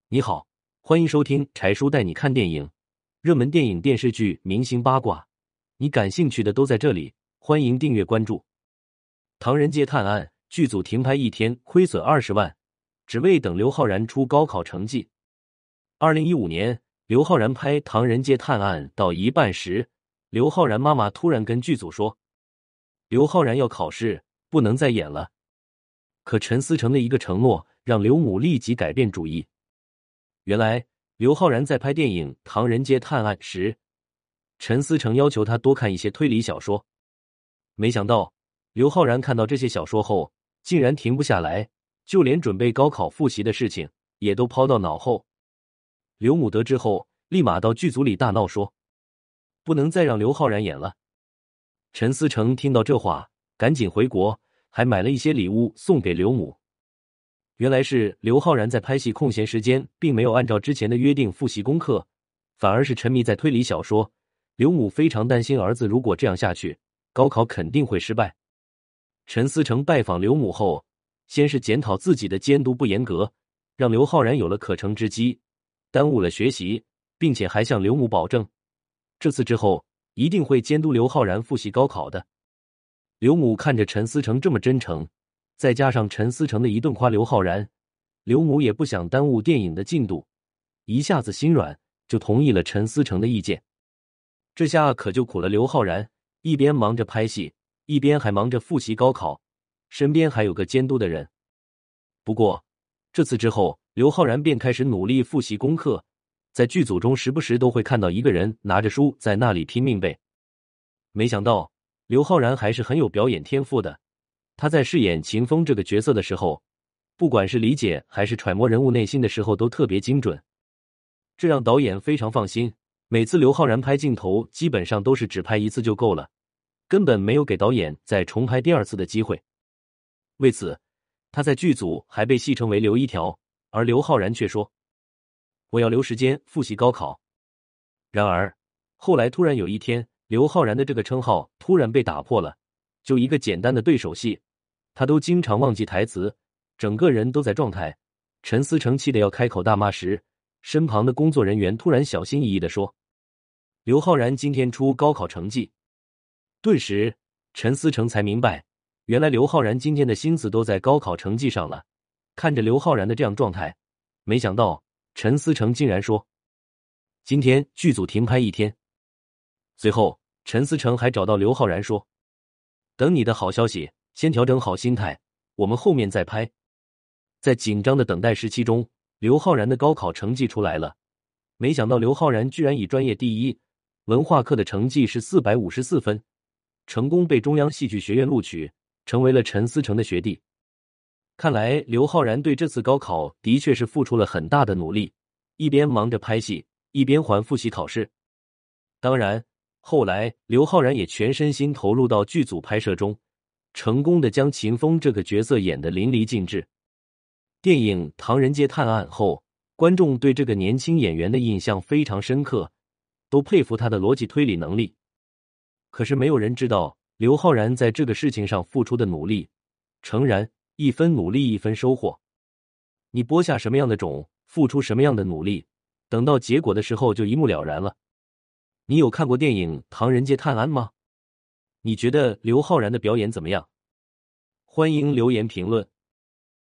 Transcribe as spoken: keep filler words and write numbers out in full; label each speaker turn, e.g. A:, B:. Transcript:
A: 你好，欢迎收听柴叔带你看电影，热门电影、电视剧、明星八卦，你感兴趣的都在这里，欢迎订阅关注。唐人街探案剧组停拍一天，亏损二十万，只为等刘昊然出高考成绩。二零一五年，刘昊然拍《唐人街探案》到一半时，刘昊然妈妈突然跟剧组说，刘昊然要考试，不能再演了。可陈思诚的一个承诺，让刘母立即改变主意。原来，刘昊然在拍电影《唐人街探案》时，陈思诚要求他多看一些推理小说。没想到，刘昊然看到这些小说后，竟然停不下来，就连准备高考复习的事情也都抛到脑后。刘母得知后，立马到剧组里大闹说，不能再让刘昊然演了。陈思诚听到这话，赶紧回国，还买了一些礼物送给刘母。原来是刘昊然在拍戏空闲时间并没有按照之前的约定复习功课，反而是沉迷在推理小说。刘母非常担心儿子如果这样下去，高考肯定会失败。陈思诚拜访刘母后，先是检讨自己的监督不严格，让刘昊然有了可乘之机，耽误了学习，并且还向刘母保证，这次之后一定会监督刘昊然复习高考的。刘母看着陈思诚这么真诚，再加上陈思诚的一顿夸刘昊然，刘母也不想耽误电影的进度，一下子心软，就同意了陈思诚的意见。这下可就苦了刘昊然，一边忙着拍戏，一边还忙着复习高考，身边还有个监督的人。不过这次之后，刘昊然便开始努力复习功课，在剧组中时不时都会看到一个人拿着书在那里拼命背。没想到刘昊然还是很有表演天赋的，他在饰演秦风这个角色的时候，不管是理解还是揣摩人物内心的时候都特别精准，这让导演非常放心。每次刘昊然拍镜头基本上都是只拍一次就够了，根本没有给导演再重拍第二次的机会。为此，他在剧组还被戏称为刘一条，而刘昊然却说，我要留时间复习高考。然而后来突然有一天，刘昊然的这个称号突然被打破了，就一个简单的对手戏，他都经常忘记台词，整个人都在状态。陈思诚气得要开口大骂时，身旁的工作人员突然小心翼翼地说，刘昊然今天出高考成绩。顿时陈思诚才明白，原来刘昊然今天的心思都在高考成绩上了。看着刘昊然的这样状态，没想到陈思诚竟然说，今天剧组停拍一天。随后陈思诚还找到刘昊然说，等你的好消息，先调整好心态，我们后面再拍。在紧张的等待时期中，刘昊然的高考成绩出来了。没想到刘昊然居然以专业第一文化课的成绩是四百五十四分，成功被中央戏剧学院录取，成为了陈思诚的学弟。看来刘昊然对这次高考的确是付出了很大的努力，一边忙着拍戏，一边还复习考试。当然后来刘昊然也全身心投入到剧组拍摄中，成功的将秦风这个角色演得淋漓尽致。电影《唐人街探案》后，观众对这个年轻演员的印象非常深刻，都佩服他的逻辑推理能力。可是没有人知道刘昊然在这个事情上付出的努力。诚然，一分努力一分收获，你播下什么样的种，付出什么样的努力，等到结果的时候就一目了然了。你有看过电影《唐人街探案》吗？你觉得刘昊然的表演怎么样？欢迎留言评论。